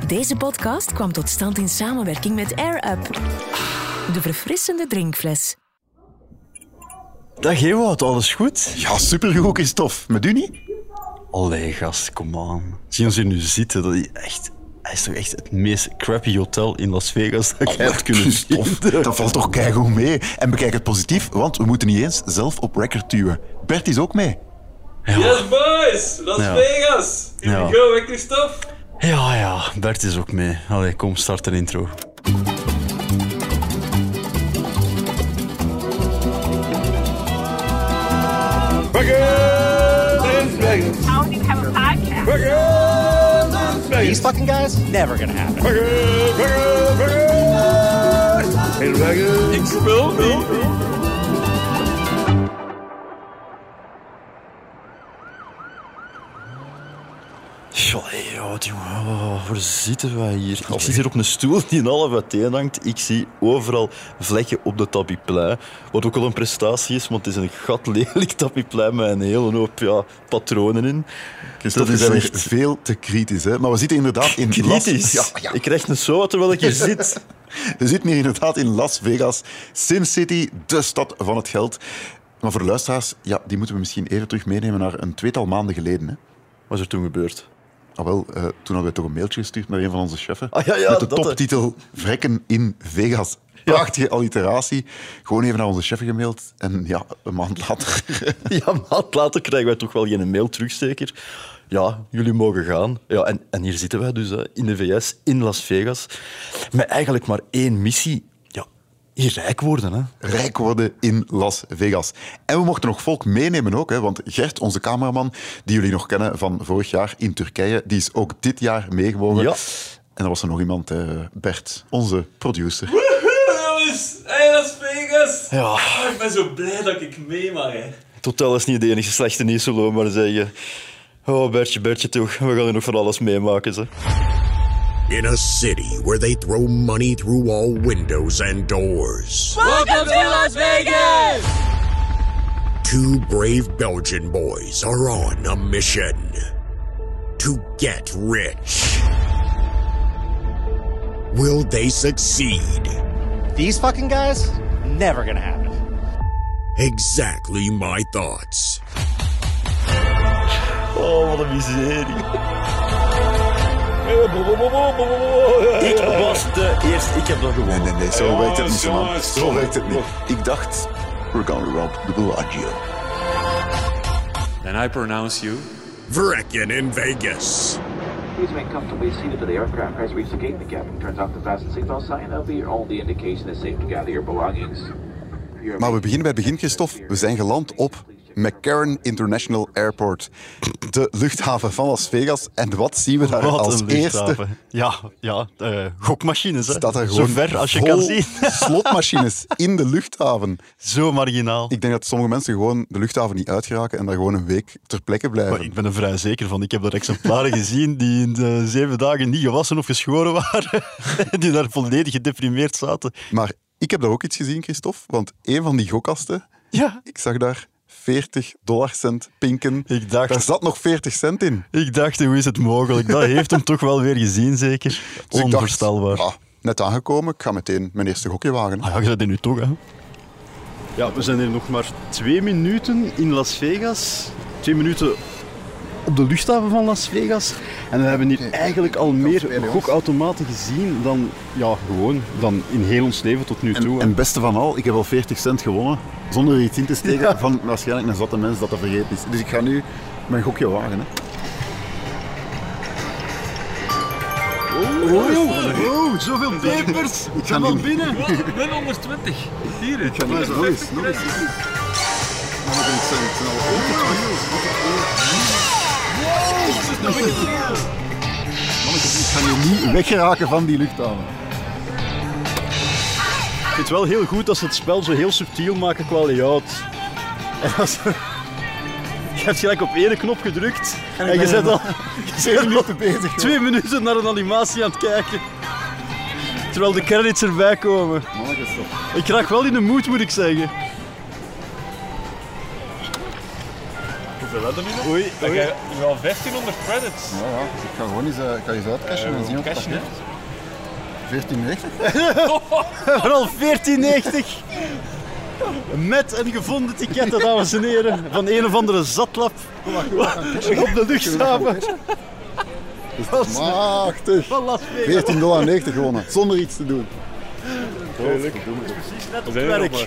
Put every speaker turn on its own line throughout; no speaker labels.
Deze podcast kwam tot stand in samenwerking met Air Up. De verfrissende drinkfles.
Dag Ewout, alles goed?
Ja, supergoed, Christophe. Met u niet?
Allee, gast, kom aan. Zie ons hier nu zitten. Dat is toch echt het meest crappy hotel in Las Vegas dat jij hebt kunnen vinden.
Dat valt toch keigoed mee. En bekijk het positief, want we moeten niet eens zelf op record duwen. Bert is ook mee.
Ja.
Yes, boys! Las Vegas! Here we go, hè, Christophe?
Ja, Bert is ook mee. Allee, kom, start een intro.
How do you have a podcast?
These fucking guys? Never gonna happen.
Ik speel niet.
Waar zitten wij hier? Ik zit hier op een stoel die half uiteen hangt. Ik zie overal vlekken op de tapiplein. Wat ook wel een prestatie is, want het is een gatlelijk tapiplein met een hele hoop patronen in.
Christophe, dat is echt veel te kritisch, hè? Maar we zitten inderdaad in
kritisch.
Ja.
Ik krijg een zo terwijl ik hier zit.
We zitten hier inderdaad in Las Vegas. Sin City, de stad van het geld. Maar voor de luisteraars, die moeten we misschien even terug meenemen naar een tweetal maanden geleden. Hè?
Wat is er toen gebeurd?
Toen hadden we toch een mailtje gestuurd naar een van onze cheffen.
Met
de toptitel Vrekken in Vegas. Prachtige alliteratie. Gewoon even naar onze chef gemaild. En een maand later...
Een maand later krijgen wij toch wel geen mail terug, zeker. Ja, jullie mogen gaan. Ja, en hier zitten wij dus in de VS, in Las Vegas. Met eigenlijk maar één missie. Hier rijk worden, hè.
Rijk worden in Las Vegas. En we mochten nog volk meenemen ook, hè, want Gert, onze cameraman, die jullie nog kennen van vorig jaar in Turkije, die is ook dit jaar meegewogen.
Ja.
En dan was er nog iemand, Bert, onze producer.
Woehoe, jongens! Hey, Las Vegas!
Ja.
Ik ben zo blij dat ik mee mag, hè.
Het hotel is niet de enige slechte nieuws, zullen we maar zeggen. Oh, Bertje toch. We gaan er nog van alles meemaken, ze.
In a city where they throw money through all windows and doors.
Welcome to Las Vegas!
Two brave Belgian boys are on a mission to get rich. Will they succeed?
These fucking guys? Never gonna happen.
Exactly my thoughts.
Oh, wat een miserie. Ik was de eerste. Ik heb dat gewonnen.
Nee, zo werkt het niet, man.
jongens,
Zo werkt het niet. Ik dacht, we're gonna rob the Bellagio.
And I pronounce you...
Vrekken in Vegas.
Please remain comfortably seated till the aircraft has reached the gate. The captain turns off the fasten seatbelt sign. That'll be your only indication it's safe to gather your belongings.
Maar we beginnen bij het begin, Christophe. We zijn geland op McCarran International Airport. De luchthaven van Las Vegas. En wat zien we daar als eerste?
Gokmachines, hè.
Staat er
Zo
gewoon
ver als je
vol
kan zien.
slotmachines in de luchthaven.
Zo marginaal.
Ik denk dat sommige mensen gewoon de luchthaven niet uitgeraken en daar gewoon een week ter plekke blijven.
Maar ik ben er vrij zeker van. Ik heb er exemplaren gezien die in de 7 dagen niet gewassen of geschoren waren. Die daar volledig gedeprimeerd zaten.
Maar ik heb daar ook iets gezien, Christophe. Want een van die gokkasten, ik zag daar $40 pinken. Daar zat nog 40 cent in.
Ik dacht, hoe is het mogelijk? Dat heeft hem toch wel weer gezien, zeker?
Dus
Onvoorstelbaar.
ik dacht, net aangekomen, ik ga meteen mijn eerste gokje wagen.
Ah ja, je bent er nu toch, hè? Ja, we zijn hier nog maar 2 minuten in Las Vegas. 2 minuten op de luchthaven van Las Vegas. En we hebben hier eigenlijk al meer gokautomaten gezien dan in heel ons leven tot nu toe.
En het beste van al, ik heb al 40 cent gewonnen, zonder er iets in te steken van waarschijnlijk een zatte mens dat vergeten is. Dus ik ga nu mijn gokje wagen. Hè.
Oh, zoveel pepers!
Ik ga van
binnen! Min 120. Hier,
Ik ga nog eens. Nog eens. Maar ik zijn ik ga nu niet weggeraken van die luchthaven.
Ik vind het wel heel goed dat ze het spel zo heel subtiel maken qua layout. En als je hebt gelijk op één knop gedrukt en je bent al
2 minuten bezig.
2 minuten naar een animatie aan het kijken. Terwijl de credits erbij komen. Ik raak wel in de mood, moet ik zeggen. Oei.
Dan ga je wel 1500 credits.
Ja, dus ik ga gewoon eens uitcashen en zien wat dat geeft. 14,90.
Vooral 14,90. Met een gevonden ticketten, dames en heren. Van een of andere zatlap. Op de luchthaven.
Dat is machtig.
Van Las Vegas.
$14,90 gewonnen, zonder iets te doen.
Precies net op werk.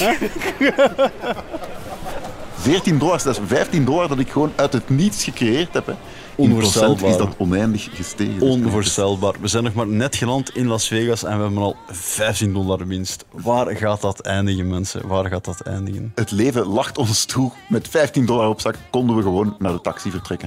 $14, dat is $15 dat ik gewoon uit het niets gecreëerd heb. Hè. In procent is dat oneindig gestegen.
Onvoorstelbaar. We zijn nog maar net geland in Las Vegas en we hebben al $15 winst. Waar gaat dat eindigen, mensen? Waar gaat dat eindigen?
Het leven lacht ons toe. Met $15 op zak konden we gewoon naar de taxi vertrekken.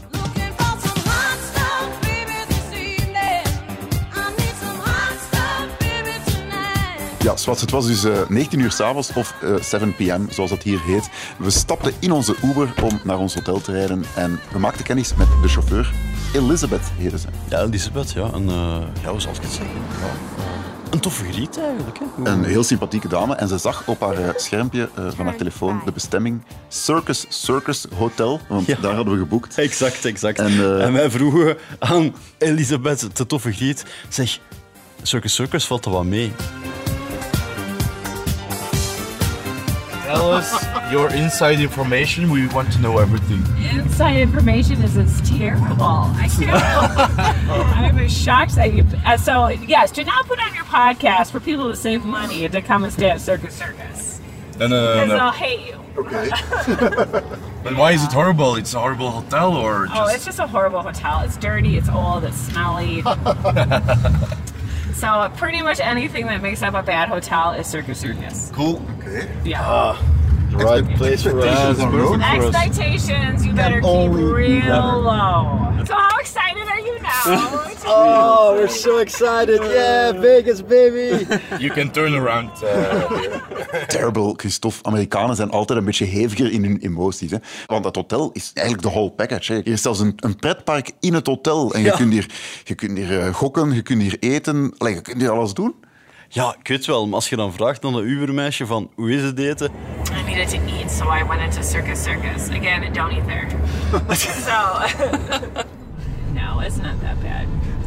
Ja, zoals het was dus 19 uur 's avonds of 7 p.m., zoals dat hier heet. We stapten in onze Uber om naar ons hotel te rijden en we maakten kennis met de chauffeur. Elizabeth heette ze.
Ja, Elizabeth, ja. Hoe zal ik het zeggen? Een toffe griet eigenlijk. Hè?
Een heel sympathieke dame. En ze zag op haar schermpje van haar telefoon de bestemming Circus Hotel. Want daar hadden we geboekt.
Exact. En wij vroegen aan Elizabeth, de toffe griet, zeg, Circus valt er wat mee.
Tell us your inside information. We want to know everything.
Inside information is it's terrible. I can't. I'm shocked that you. So yes, do not put on your podcast for people to save money and to come and stay at Circus.
No.
Because I'll hate you.
Okay.
But why is it horrible? It's a horrible hotel, or just...
Oh, it's just a horrible hotel. It's dirty. It's old. It's smelly. So pretty much anything that makes up a bad hotel is Circus.
Cool. Okay.
Yeah.
The right place for us.
Expectations, you better keep real low. So how excited are you now?
Oh, we're so excited. Yeah, Vegas, baby.
You can turn around.
Terrible, Christophe. Amerikanen zijn altijd een beetje heviger in hun emoties. Hè? Want dat hotel is eigenlijk de whole package. Hè? Er is zelfs een pretpark in het hotel. En je kunt hier gokken, je kunt hier eten. Allee, je kunt hier alles doen.
Ja, ik weet wel, maar als je dan vraagt aan de Ubermeisje van hoe is het eten?
I needed to eat, so I went into Circus. Again, don't eat there. So, no, it's not that bad.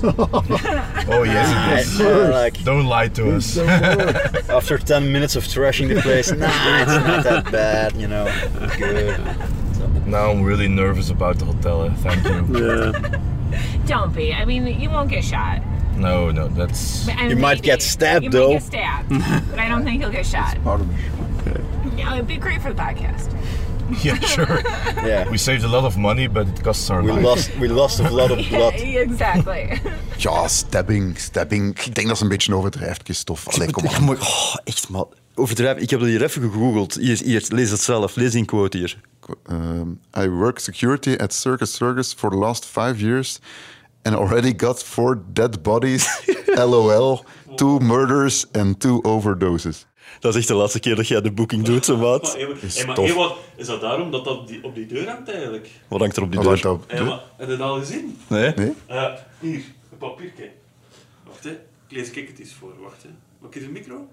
Oh yes, it is. Don't lie to us.
After 10 minutes of trashing the place, nah, it's not that bad, you know. Good.
Now I'm really nervous about the hotel. Thank you.
Yeah.
Don't be. I mean, you won't get shot.
No, that's...
You might get stabbed, though.
You might get stabbed, but I don't think you'll get shot.
Pardon me.
Okay.
Yeah, it'd be great for the podcast.
Yeah, sure.
Yeah.
We saved a lot of money, but it costs our life.
We lost a lot of blood.
Exactly.
Ja, stabbing. Ik denk dat ze een beetje overdrijft, Christophe. Allee, kom aan.
Echt, man. Overdrijven. Ik heb dat hier even gegoogeld. Hier, lees het zelf. Lees die quote hier.
I work security at Circus for the last 5 years and already got 4 dead bodies, LOL, 2 murders and 2 overdoses.
Dat is echt de laatste keer dat jij de boeking doet, zo maat.
Maar is dat daarom dat op die deur hangt eigenlijk?
Wat hangt er op die deur?
Heb je dat al gezien?
Nee.
Hier, een papiertje. Wacht, hè. Ik lees het eens voor. Wacht, hè. Mag ik de micro?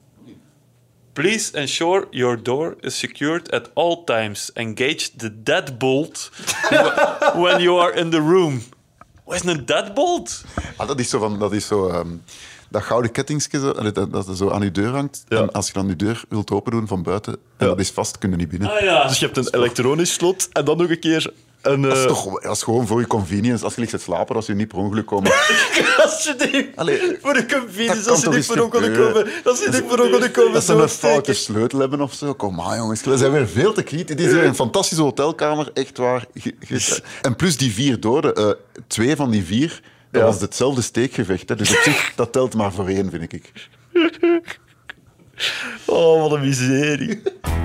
Please ensure your door is secured at all times. Engage the deadbolt when you are in the room. Wat is een deadbolt?
Dat is zo dat gouden kettingske dat zo aan je deur hangt. Ja. En als je dan je deur wilt open doen van buiten en dat is vast, kun je niet binnen.
Ah, ja.
Dus je hebt een elektronisch slot en dan nog een keer een...
Dat is gewoon voor je convenience. Als je ligt te slapen, als je niet per ongeluk komt.
Als je niet voor de convenience, als je niet per ongeluk komen.
Dat ze een foute sleutel hebben of zo. Kom maar, jongens. We zijn weer veel te kritisch. Het is hier een fantastische hotelkamer, echt waar. En plus die 4 doden. 2 van die 4... Dat was hetzelfde steekgevecht. Hè. Dus op zich, dat telt maar voor 1, vind ik.
Oh, wat een miserie.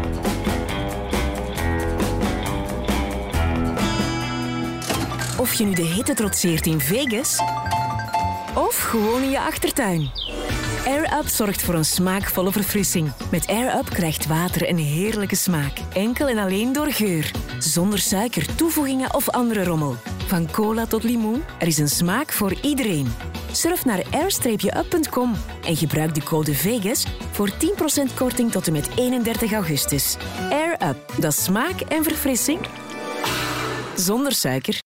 Of je nu de hitte trotseert in Vegas, of gewoon in je achtertuin. Air Up zorgt voor een smaakvolle verfrissing. Met Air Up krijgt water een heerlijke smaak. Enkel en alleen door geur. Zonder suiker, toevoegingen of andere rommel. Van cola tot limoen, er is een smaak voor iedereen. Surf naar air-up.com en gebruik de code VEGAS voor 10% korting tot en met 31 augustus. Air Up, dat is smaak en verfrissing zonder suiker.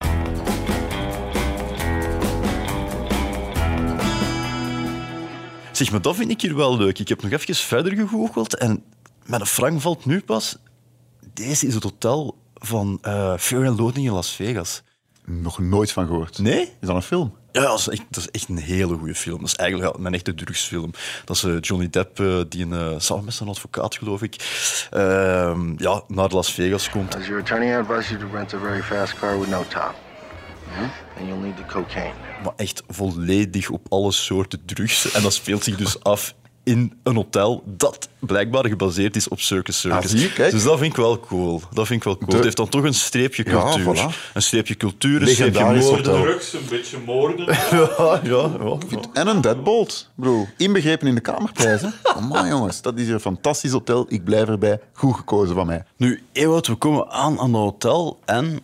Zeg, maar dat vind ik hier wel leuk. Ik heb nog even verder gegoogeld en met een Frank valt nu pas... Deze is het hotel van Fear and Loathing in Las Vegas.
Nog nooit van gehoord.
Nee?
Is dat een film?
Ja, dat is echt een hele goede film. Dat is eigenlijk mijn echte drugsfilm. Dat is Johnny Depp, die samen met zijn advocaat, geloof ik, naar Las Vegas komt.
As your attorney, I advise you to rent a very fast car with no top. And you'll need the cocaine.
Maar echt volledig op alle soorten drugs. En dat speelt zich dus af in een hotel dat blijkbaar gebaseerd is op Circus Circus.
Zie je, kijk.
Dus dat vind ik wel cool. Het heeft dan toch een streepje cultuur.
Ja, voilà.
Een streepje cultuur, een streepje
Legendarisch
moorden.
hotel.
Drugs, een beetje moorden.
Ja.
En een deadbolt, bro. Inbegrepen in de kamerprijs, hè. Amai, jongens. Dat is hier een fantastisch hotel. Ik blijf erbij. Goed gekozen van mij.
Nu, Ewout, we komen aan het hotel en...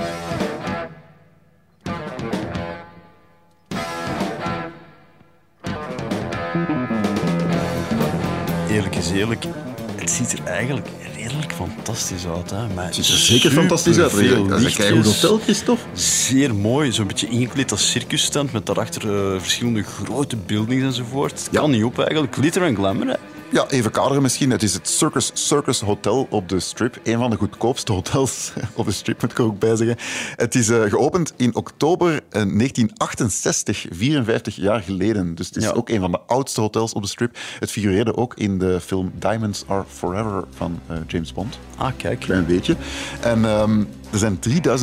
Eerlijk is eerlijk, het ziet er eigenlijk redelijk fantastisch uit. Hè? Maar
het ziet er zeker fantastisch uit. Dat is een keigoed hotel, Christophe.
Zeer mooi, zo'n beetje ingekleed als circustent met daarachter verschillende grote buildings enzovoort. Kan niet op eigenlijk. Glitter en glamour, hè?
Ja, even kaderen misschien. Het is het Circus Hotel op de Strip. Een van de goedkoopste hotels op de Strip, moet ik er ook bij zeggen. Het is geopend in oktober 1968, 54 jaar geleden. Dus het is ook een van de oudste hotels op de Strip. Het figureerde ook in de film Diamonds Are Forever van James Bond.
Ah, kijk.
Klein beetje. En er zijn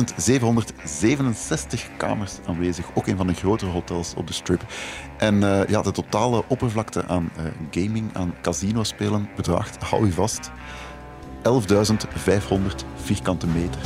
3767 kamers aanwezig. Ook een van de grotere hotels op de Strip. En de totale oppervlakte aan gaming, aan casino-spelen bedraagt, hou je vast, 11.500 vierkante meter.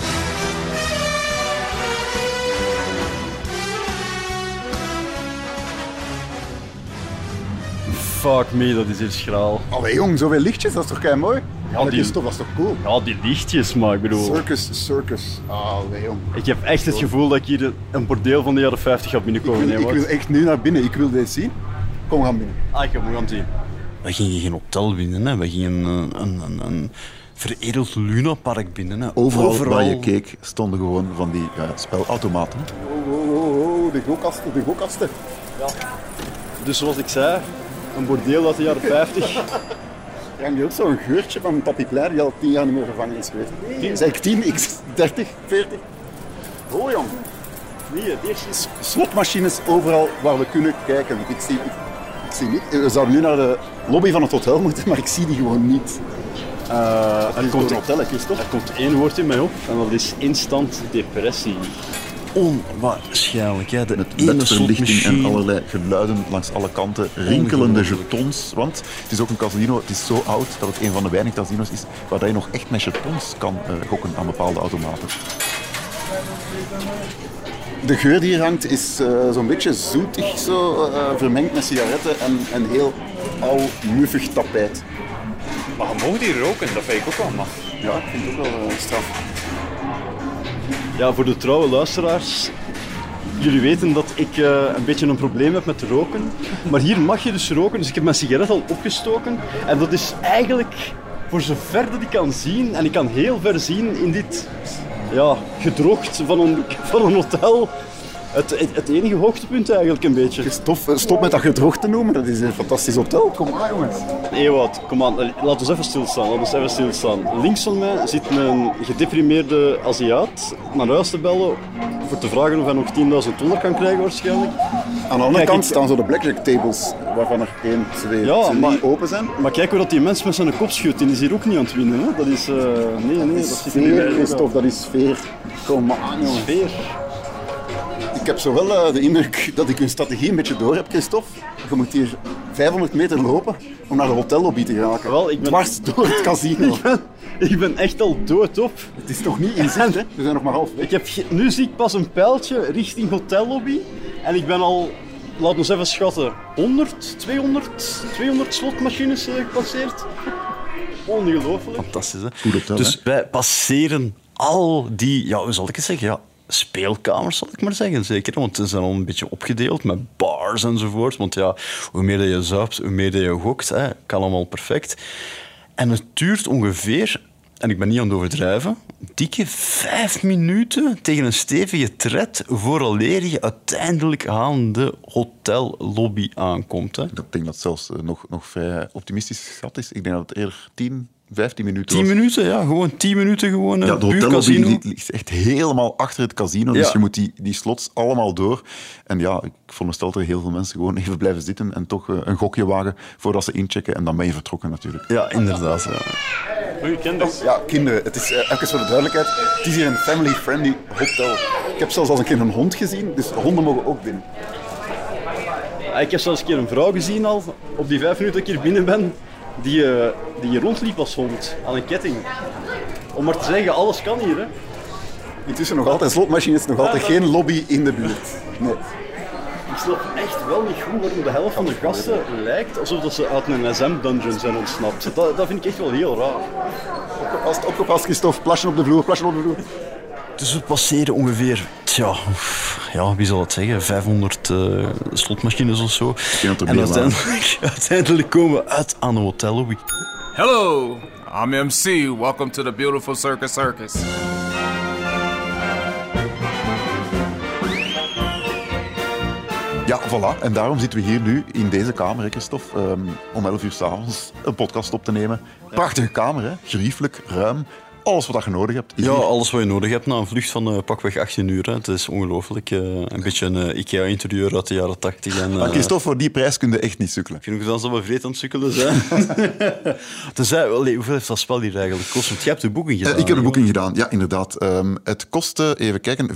Fuck me, dat is hier schraal.
Allee jong, zoveel lichtjes, dat is toch kei mooi?
Ja,
dat is toch cool?
Ja, die lichtjes, maar ik bedoel...
Circus. Allee jong.
Ik heb echt het gevoel dat ik hier een bordeel van de jaren 50 ga binnenkomen.
Ik wil echt nu naar binnen, ik wil dit zien. Kom, we gaan binnen.
We gaan zien. We gingen geen hotel binnen, hè. We gingen een veredeld lunapark binnen. Hè.
Overal waar je keek stonden gewoon van die spelautomaten. Oh, de gokasten.
Ja. Dus zoals ik zei, een bordeel uit de jaren 50.
Er hangt hier ook zo'n geurtje van Papi Claire die al 10 jaar niet meer vervangen is geweest. Zeg ik 10, ik 30, 40. Oh jong. Nee, dit is slotmachines overal waar we kunnen kijken. Ik zie niet. We zouden nu naar de lobby van het hotel moeten, maar ik zie die gewoon niet. Er komt een hotel, Christophe.
Er komt één woord in mij op en dat is instant depressie. Onwaarschijnlijk, hè.
Met ledverlichting en allerlei geluiden langs alle kanten, rinkelende jetons. Want het is ook een casino, het is zo oud dat het een van de weinige casinos is waar je nog echt met jetons kan gokken aan bepaalde automaten. De geur die hier hangt is zo'n beetje zoetig, vermengd met sigaretten en een heel oud, muffig tapijt.
Maar je mag hier roken, dat vind ik ook wel mag.
Ja, ik vind het ook wel straf.
Ja, voor de trouwe luisteraars, jullie weten dat ik een beetje een probleem heb met roken. Maar hier mag je dus roken, dus ik heb mijn sigaret al opgestoken. En dat is eigenlijk, voor zover dat ik kan zien, en ik kan heel ver zien in dit gedrocht van een hotel, het enige hoogtepunt eigenlijk een beetje.
Stop met dat gedrocht te noemen, dat is een fantastisch hotel. Kom maar jongens.
Ewout, kom aan, laten we even stilstaan. Links van mij zit een gedeprimeerde Aziat naar huis te bellen voor te vragen of hij nog $10.000 kan krijgen waarschijnlijk.
Aan de andere kant staan zo de blackjack tables, waarvan er 1, 2, 3 open zijn.
Maar kijk hoe dat die mens met zijn kop schudt, die is hier ook niet aan het winnen. Hè? Dat is... dat zit
sfeer, Christophe, dat is sfeer. Kom maar aan, jongens.
Sfeer.
Ik heb zo wel de indruk dat ik hun strategie een beetje door heb, Christophe. Je moet hier 500 meter lopen om naar de hotellobby te geraken.
Wel, ik ben...
Dwars door het casino.
Ik ben echt al doodop.
Het is toch niet in zicht, hè? We zijn nog maar half weg.
Nu zie ik pas een pijltje richting hotellobby. En ik ben al, laat ons even schatten, 200 slotmachines gepasseerd. Ongelooflijk.
Fantastisch, hè? Goed hotel,
dus wij passeren al die, hoe zal ik het zeggen, speelkamers, zal ik maar zeggen, zeker. Want ze zijn al een beetje opgedeeld met bars enzovoort. Want hoe meer dat je zuipt, hoe meer dat je gokt. Hè. Kan allemaal perfect. En het duurt ongeveer en ik ben niet aan het overdrijven, dikke 5 minuten tegen een stevige tred vooraleer je uiteindelijk aan de hotellobby aankomt. Hè.
Ik denk dat het zelfs nog vrij optimistisch geschat is. Ik denk dat het eerder 10-15 minuten
10 minuten, ja. Gewoon 10 minuten gewoon.
Ja, de hotellobby ligt echt helemaal achter het casino, dus je moet die slots allemaal door. En ja, ik veronderstel dat er heel veel mensen gewoon even blijven zitten en toch een gokje wagen voordat ze inchecken en dan ben je vertrokken natuurlijk.
Ja, inderdaad. Ja.
Ja, kinderen. Het is, even voor de duidelijkheid, het is hier een family-friendly hotel. Ik heb zelfs al een keer een hond gezien, dus honden mogen ook binnen.
Ik heb zelfs een keer een vrouw gezien al, op die 5 minuten dat ik hier binnen ben, die rondliep als hond, aan een ketting. Om maar te zeggen, alles kan hier, hè.
Intussen nog altijd slotmachines, nog altijd geen lobby in de buurt. Nee.
Ik snap echt wel niet goed waarom de helft van de gasten lijkt alsof dat ze uit een SM-dungeon zijn ontsnapt. Dat vind ik echt wel heel raar.
Opgepast, Christophe. Plassen op de vloer.
Dus we passeren ongeveer, wie zal het zeggen, 500 slotmachines of zo. En uiteindelijk komen we uit aan de hotellobby.
Hello, I'm MC. Welcome to the beautiful Circus.
Ja, voilà. En daarom zitten we hier nu in deze kamer, hè, Christophe, om 11 uur 's avonds een podcast op te nemen. Prachtige kamer, hè? Geriefelijk, ruim. Alles wat je nodig hebt.
Ja, alles wat je nodig hebt na een vlucht van pakweg 18 uur. Hè. Het is ongelooflijk. Een beetje een IKEA-interieur uit de jaren 80. En,
Christophe, voor die prijs kun je echt niet sukkelen.
Genoeg dan dat we vreed aan het sukkelen zijn. Hoeveel heeft dat spel hier eigenlijk gekost? Want jij hebt de boeking gedaan.
Ik heb de boeking gedaan, ja, inderdaad. Het kostte, even kijken,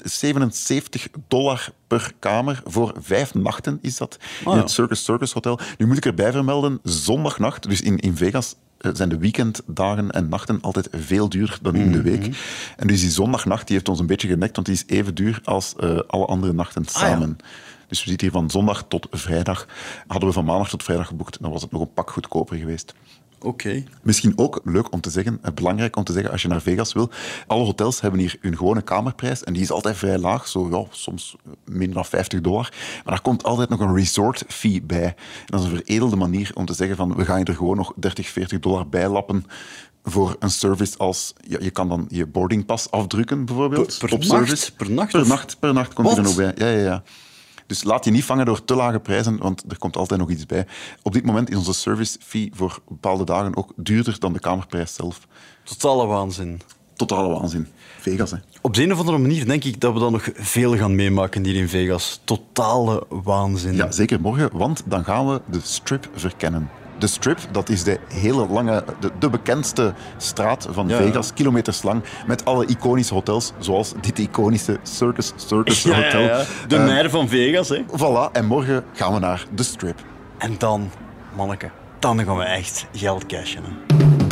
$477 per kamer. Voor 5 nachten is dat in het Circus Hotel. Nu moet ik erbij vermelden, zondagnacht, dus in Vegas zijn de weekenddagen en nachten altijd veel duurder dan in de week. En dus die zondagnacht die heeft ons een beetje genekt, want die is even duur als alle andere nachten samen. Ja. Dus we zitten hier van zondag tot vrijdag. Hadden we van maandag tot vrijdag geboekt, dan was het nog een pak goedkoper geweest.
Oké.
Misschien ook leuk om te zeggen, belangrijk om te zeggen, als je naar Vegas wil, alle hotels hebben hier hun gewone kamerprijs en die is altijd vrij laag, soms minder dan $50. Maar daar komt altijd nog een resort fee bij. En dat is een veredelde manier om te zeggen van, we gaan je er gewoon nog $30-40 bij lappen voor een service als... Je kan dan je boardingpas afdrukken, bijvoorbeeld.
Per nacht?
Per nacht komt er nog bij. Ja. Dus laat je niet vangen door te lage prijzen, want er komt altijd nog iets bij. Op dit moment is onze service fee voor bepaalde dagen ook duurder dan de kamerprijs zelf.
Totale waanzin.
Vegas, hè.
Op de een of andere manier denk ik dat we dan nog veel gaan meemaken hier in Vegas. Totale waanzin.
Ja, zeker morgen, want dan gaan we de Strip verkennen. De Strip, dat is de hele lange, de bekendste straat van Vegas, kilometers lang, met alle iconische hotels, zoals dit iconische Circus Hotel.
Ja. De mer van Vegas, hè.
Voilà, en morgen gaan we naar de Strip.
En dan, manneke, dan gaan we echt geld cashen, hè.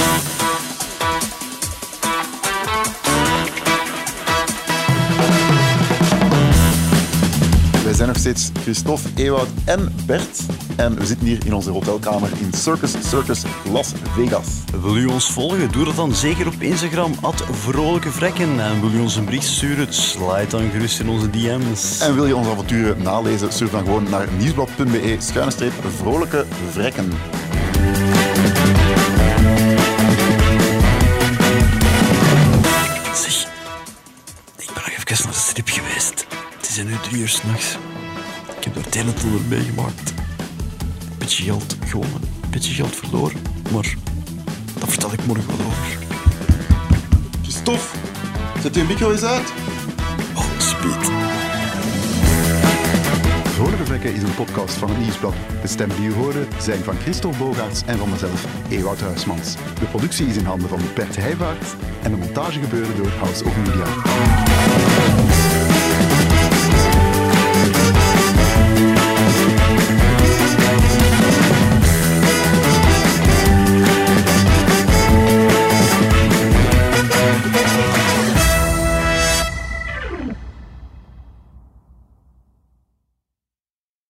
Wij zijn nog steeds Christophe, Ewout en Bert. En we zitten hier in onze hotelkamer in Circus Las Vegas.
Wil u ons volgen? Doe dat dan zeker op Instagram, @vrolijkevrekken. En wil u ons een bericht sturen? Slide dan gerust in onze DM's.
En wil je onze avonturen nalezen? Surf dan gewoon naar nieuwsblad.be/vrolijkevrekken.
Zeg, ik ben nog even naar de Strip geweest. Het is nu 3 uur 's nachts. Ik heb daar het hele toer meegemaakt. Een beetje geld gewonnen, een beetje geld verloren. Maar dat vertel ik morgen wel over.
Christophe, zet je micro eens uit.
Oh, speed.
Vrolijke Vrekken is een podcast van het Nieuwsblad. De stemmen die u hoorde zijn van Christophe Bogaerts en van mezelf, Ewout Huismans. De productie is in handen van Bert Heijvaart en de montage gebeurde door House of Media.